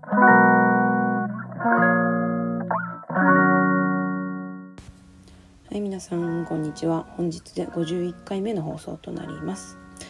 はい、皆さんこんにちは。本日で51回目の放送となります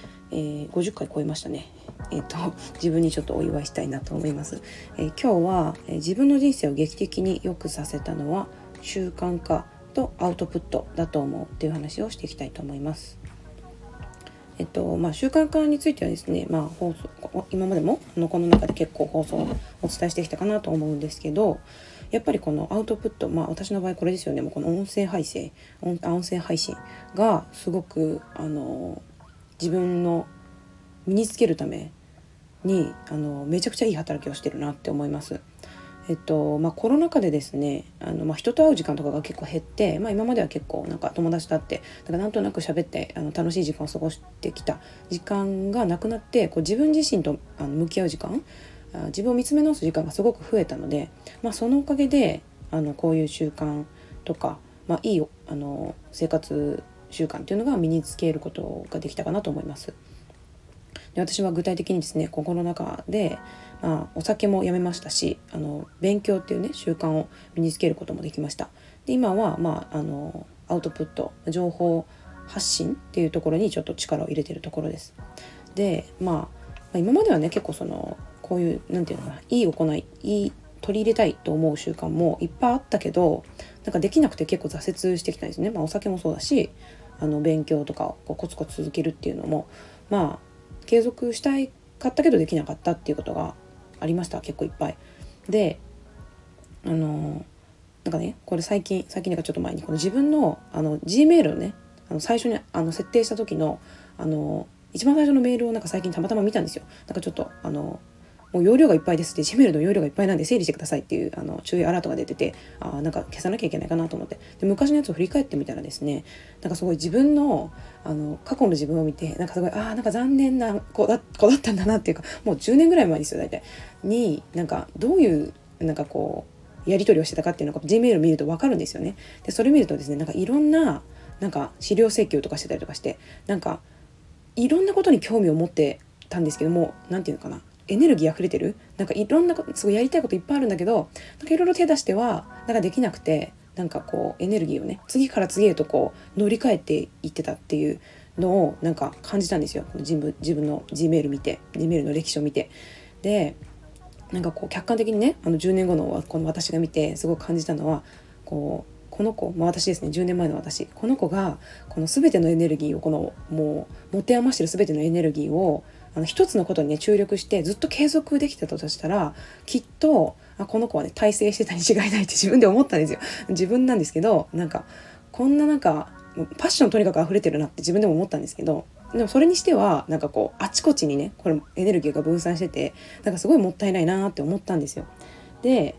。50回超えましたね。自分にちょっとお祝いしたいなと思います。今日は、自分の人生を劇的に良くさせたのは習慣化とアウトプットだと思うっていう話をしていきたいと思います。習慣化についてはですね、今までもこの中で結構放送をお伝えしてきたかなと思うんですけど、やっぱりこのアウトプット、私の場合これですよね。もうこの音声配信がすごく自分の身につけるためにめちゃくちゃいい働きをしてるなって思います。コロナ禍でですね人と会う時間とかが結構減って、今までは結構なんか友達と会ってなんとなく喋って楽しい時間を過ごしてきた時間がなくなって、こう自分自身と向き合う時間、自分を見つめ直す時間がすごく増えたので、そのおかげでこういう習慣とか、いい生活習慣っていうのが身につけることができたかなと思います。で、私は具体的にですね、コロナ禍で、お酒もやめましたし、勉強っていうね習慣を身につけることもできました。で、今はアウトプット、情報発信っていうところにちょっと力を入れてるところです。で、今まではね結構こういうなんていうのかな、いい行い取り入れたいと思う習慣もいっぱいあったけど、なんかできなくて結構挫折してきたんですね。お酒もそうだし、勉強とかをコツコツ続けるっていうのも継続したいかったけどできなかったっていうことがありました。結構いっぱいで、なんかね、これ最近なんかちょっと前にこの自分のGmail をね最初に設定した時の一番最初のメールをなんか最近たまたま見たんですよ。なんかちょっともう容量がいっぱいですって、Gmail の容量がいっぱいなんで整理してくださいっていう注意アラートが出てて、なんか消さなきゃいけないかなと思って、で昔のやつを振り返ってみたらですね、なんかすごい自分の過去の自分を見て、なんかすごいなんか残念な子だったんだなっていうか、もう10年ぐらい前ですよ大体に、なんかどういうなんかこうやり取りをしてたかっていうのが Gmail を見ると分かるんですよね。でそれ見るとですね、なんかいろんななんか資料請求とかしてたりとかして、なんかいろんなことに興味を持ってたんですけども、なんていうのかな、エネルギー溢れてる、なんかいろんなことすごいやりたいこといっぱいあるんだけど、なんかいろいろ手出してはなんかできなくて、なんかこうエネルギーをね次から次へとこう乗り換えていってたっていうのをなんか感じたんですよ。自分の Gmail 見て、 Gmail の歴史を見て、でなんかこう客観的にね10年後のこの私が見てすごく感じたのは、この子、私ですね、10年前の私、この子がこの全てのエネルギーをもう持て余してる全てのエネルギーを一つのことにね注力してずっと継続できてたとしたら、きっとこの子はね大成してたに違いないって自分で思ったんですよ。自分なんですけど、なんかこんななんかパッションとにかく溢れてるなって自分でも思ったんですけど、でもそれにしてはなんかこうあちこちにねこれエネルギーが分散してて、なんかすごいもったいないなって思ったんですよ。で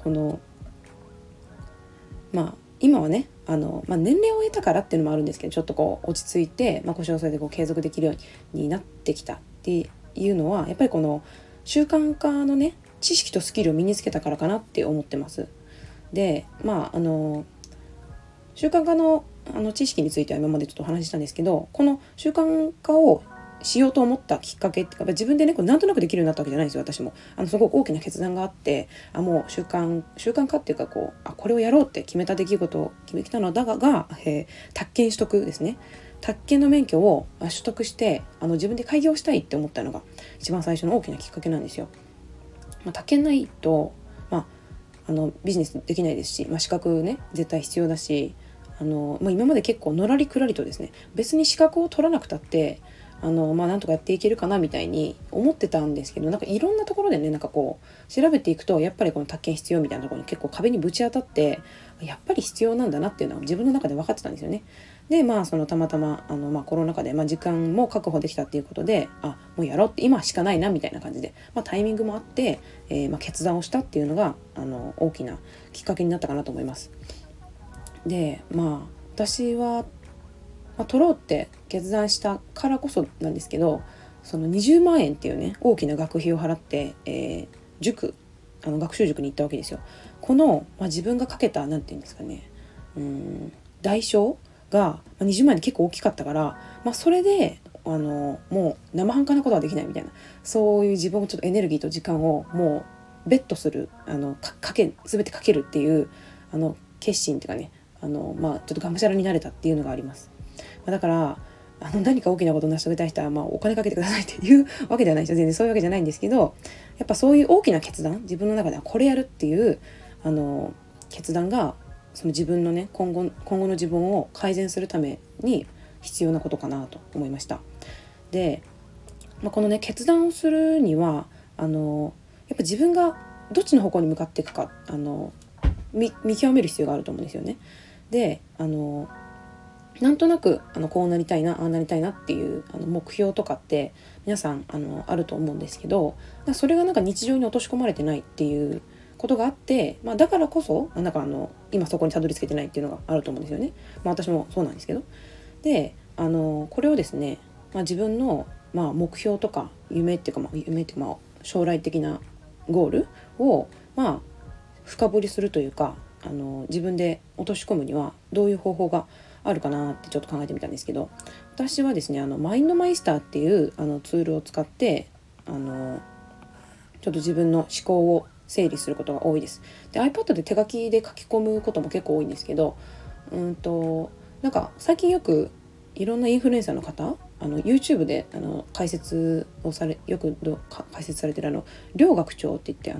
今はね年齢を得たからっていうのもあるんですけど、ちょっとこう落ち着いて、腰を据えてこう継続できるようになってきたっていうのは、やっぱりこの習慣化のね知識とスキルを身につけたからかなって思ってます。で習慣化の知識については今までちょっとお話ししたんですけど、この習慣化をしようと思ったきっかけっていうか、自分でねこうなんとなくできるようになったわけじゃないんですよ。私もすごく大きな決断があって、もう習慣化っていうかこれをやろうって決めた出来事を決めたのだが、宅建取得ですね。宅建の免許を取得して自分で開業したいって思ったのが一番最初の大きなきっかけなんですよ。宅建ないと、ビジネスできないですし、資格ね絶対必要だし、今まで結構のらりくらりとですね、別に資格を取らなくたってなんとかやっていけるかなみたいに思ってたんですけど、なんかいろんなところでねなんかこう調べていくと、やっぱりこの宅建必要みたいなところに結構壁にぶち当たって、やっぱり必要なんだなっていうのは自分の中で分かってたんですよね。でたまたまコロナ禍で時間も確保できたっていうことで、もうやろうって今しかないなみたいな感じで、タイミングもあって、決断をしたっていうのが大きなきっかけになったかなと思います。で私は取ろうって決断したからこそなんですけど、その20万円っていうね大きな学費を払って、学習塾に行ったわけですよ。この、自分がかけたなんていうんですかね、代償が20万円で結構大きかったから、それでもう生半可なことはできないみたいな、そういう自分をちょっとエネルギーと時間をもベットする全てかけるっていう決心っていうかねちょっとがむしゃらになれたっていうのがあります。だから何か大きなことを成し遂げたい人は、お金かけてくださいっていうわけではないですよ。全然そういうわけじゃないんですけど、やっぱそういう大きな決断、自分の中ではこれやるっていう決断がその自分のね今後の自分を改善するために必要なことかなと思いました。で、このね決断をするにはやっぱ自分がどっちの方向に向かっていくか見極める必要があると思うんですよね。でなんとなくこうなりたいなああなりたいなっていう目標とかって皆さんあると思うんですけど、それがなんか日常に落とし込まれてないっていうことがあって、だからこそ今そこにたどり着けてないっていうのがあると思うんですよね。私もそうなんですけど、でこれをですね、自分の、目標とか夢っていうか、将来的なゴールを深掘りするというか自分で落とし込むにはどういう方法があるかなってちょっと考えてみたんですけど、私はですねマインドマイスターっていうツールを使ってちょっと自分の思考を整理することが多いです。で iPad で手書きで書き込むことも結構多いんですけど、なんか最近よくいろんなインフルエンサーの方YouTube で解説をよく解説されてる両学長って言って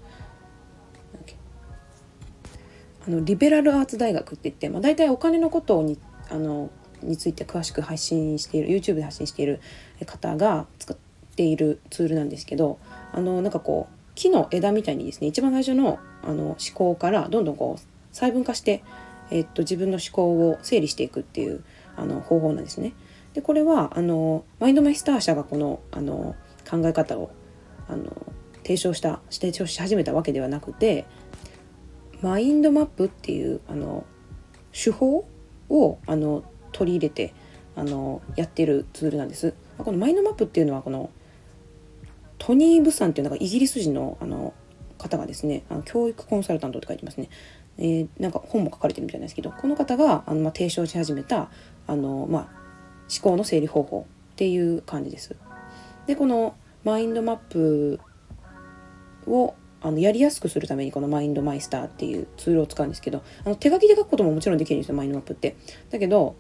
リベラルアーツ大学って言って、大体お金のことについて詳しく配信している YouTube で発信している方が使っているツールなんですけど、なんかこう木の枝みたいにですね、一番最初の思考からどんどんこう細分化して、自分の思考を整理していくっていう方法なんですね。でこれはマインドマイスター社がこの考え方を提唱し始めたわけではなくて、マインドマップっていう手法を取り入れてやってるツールなんです。このマインドマップっていうのはこのトニー・ブさんっていうのがイギリス人の方がですね教育コンサルタントって書いてますね。なんか本も書かれてるみたいなんですけど、この方が提唱し始めた思考の整理方法っていう感じです。でこのマインドマップをやりやすくするためにこのマインドマイスターっていうツールを使うんですけど、手書きで書くことももちろんできるんですよ、マインドマップって。だけど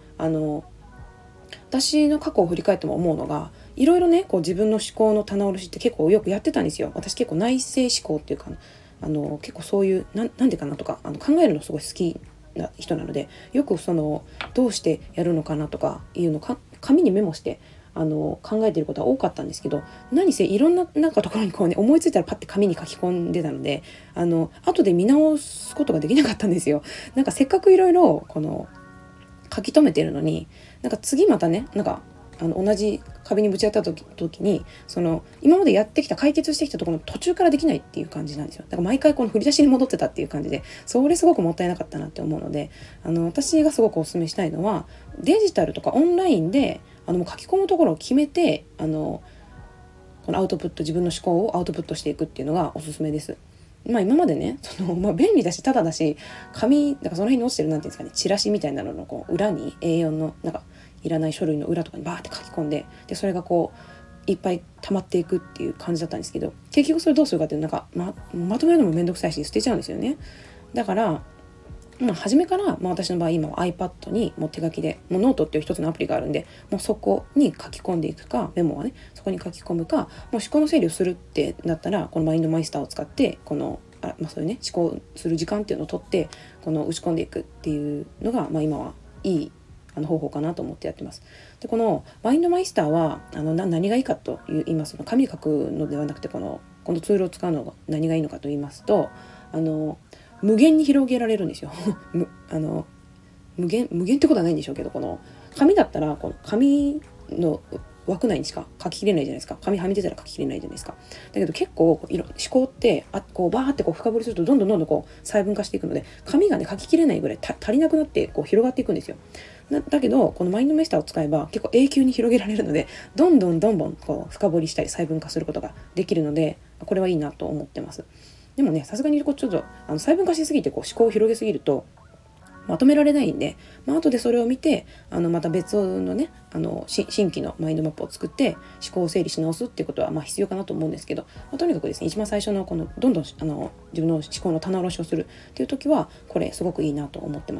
私の過去を振り返っても思うのが、いろいろねこう自分の思考の棚卸しって結構よくやってたんですよ。私結構内省思考っていうか結構そういうなんでかなとか考えるのすごい好きな人なので、よくどうしてやるのかなとかいうのを紙にメモして考えていることは多かったんですけど、何せいろんなところにこうね思いついたらパッて紙に書き込んでたので後で見直すことができなかったんですよ。なんかせっかくいろいろ書き留めてるのに、次またね同じ壁にぶち当たった時に今までやってきた解決してきたところの途中からできないっていう感じなんですよ。だから毎回この振り出しに戻ってたっていう感じで、それすごくもったいなかったなって思うので、私がすごくお勧めしたいのはデジタルとかオンラインでもう書き込むところを決めてこのアウトプット、自分の思考をアウトプットしていくっていうのがおすすめです。今までね便利だしただだし、紙その辺に落ちてるなんていうんですかね、チラシみたいなのの裏に A4 のいらない書類の裏とかにバーって書き込んで、でそれがいっぱい溜まっていくっていう感じだったんですけど、結局それどうするかっていうまとめるのもめんどくさいし捨てちゃうんですよね。だから初めから、私の場合今は iPad にもう手書きでもうノートっていう一つのアプリがあるんで、もうそこに書き込んでいくか、メモはねそこに書き込むか、もう思考の整理をするってなったらこのマインドマイスターを使ってそういうね思考する時間っていうのを取って打ち込んでいくっていうのが、今はいい方法かなと思ってやってます。でこのマインドマイスターは何がいいかと言いますと、紙書くのではなくてこのツールを使うのが何がいいのかと言いますと無限に広げられるんですよ無限ってことはないんでしょうけど、この紙だったらこの紙の枠内にしか書ききれないじゃないですか。紙はみ出たら書ききれないじゃないですか。だけど結構思考ってバーって深掘りするとどんどん細分化していくので、紙がね書ききれないぐらい足りなくなって広がっていくんですよ。だけどこのマインドメスターを使えば結構永久に広げられるので、どんどん深掘りしたり細分化することができるので、これはいいなと思ってます。でもね、さすがにちょっと細分化しすぎて思考を広げすぎるとまとめられないんで、後でそれを見てまた別のね新規のマインドマップを作って思考を整理し直すっていうことは必要かなと思うんですけど、とにかくですね、一番最初のこのどんどん自分の思考の棚卸しをするっていう時はこれすごくいいなと思ってます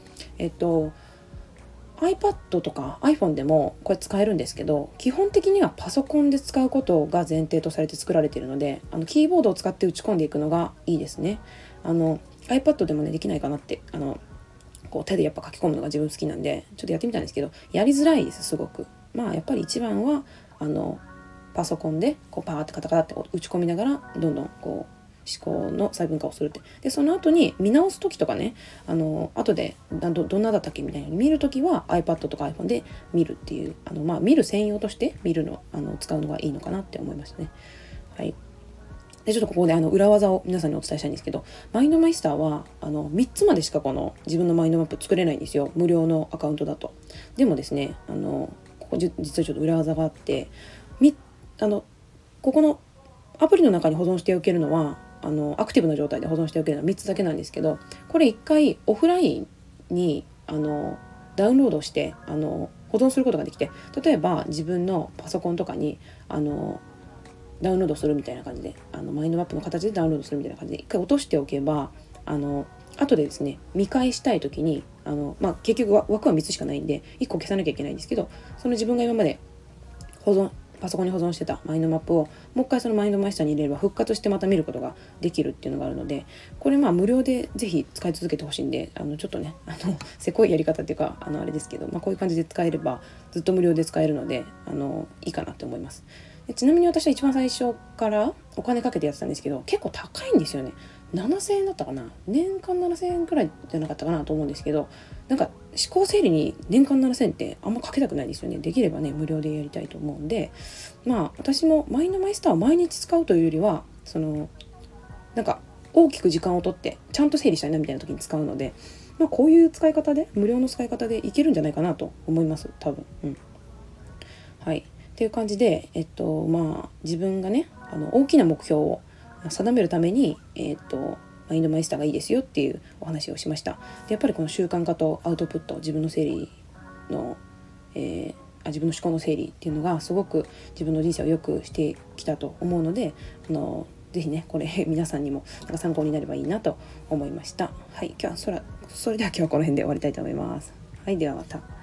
。iPad とか iPhone でもこれ使えるんですけど、基本的にはパソコンで使うことが前提とされて作られているので、キーボードを使って打ち込んでいくのがいいですね。iPad でもねできないかなってこう手でやっぱ書き込むのが自分好きなんでちょっとやってみたんですけど、やりづらいですすごく。やっぱり一番はパソコンでこうパーってカタカタって打ち込みながらどんどんこう思考の細分化をするって。でその後に見直す時とかね、後でどんなだったっけみたいに見る時は iPad とか iPhone で見るっていう見る専用として見るの使うのがいいのかなって思いましたね。はい。でちょっとここで裏技を皆さんにお伝えしたいんですけど、マインドマイスターは3つまでしかこの自分のマインドマップ作れないんですよ、無料のアカウントだと。でもですねここ実はちょっと裏技があって、ここのアプリの中に保存しておけるのはアクティブな状態で保存しておけるのは3つだけなんですけど、これ1回オフラインにダウンロードして保存することができて、例えば自分のパソコンとかにダウンロードするみたいな感じでマインドマップの形でダウンロードするみたいな感じで一回落としておけば後でですね見返したい時に結局枠は3つしかないんで1個消さなきゃいけないんですけど、その自分が今までパソコンに保存してたマインドマップをもう一回そのマインドマイスターに入れれば復活してまた見ることができるっていうのがあるので、これ無料でぜひ使い続けてほしいんでちょっとねせこいやり方っていうかあれですけど、こういう感じで使えればずっと無料で使えるのでいいかなと思います。ちなみに私は一番最初からお金かけてやってたんですけど、結構高いんですよね。7000円だったかな、年間7000円くらいじゃなかったかなと思うんですけど、思考整理に年間7000円ってあんまかけたくないですよね。できればね無料でやりたいと思うんで、私もマインドマイスターを毎日使うというよりは大きく時間をとってちゃんと整理したいなみたいな時に使うので、こういう使い方で無料の使い方でいけるんじゃないかなと思います多分。はい。っていう感じで、自分がね大きな目標を定めるために、マインドマイスターがいいですよっていうお話をしました。でやっぱりこの習慣化とアウトプット、自分の整理の、自分の思考の整理っていうのがすごく自分の人生を良くしてきたと思うので、ぜひねこれ皆さんにも参考になればいいなと思いました。はい、それでは今日はこの辺で終わりたいと思います。はい、ではまた。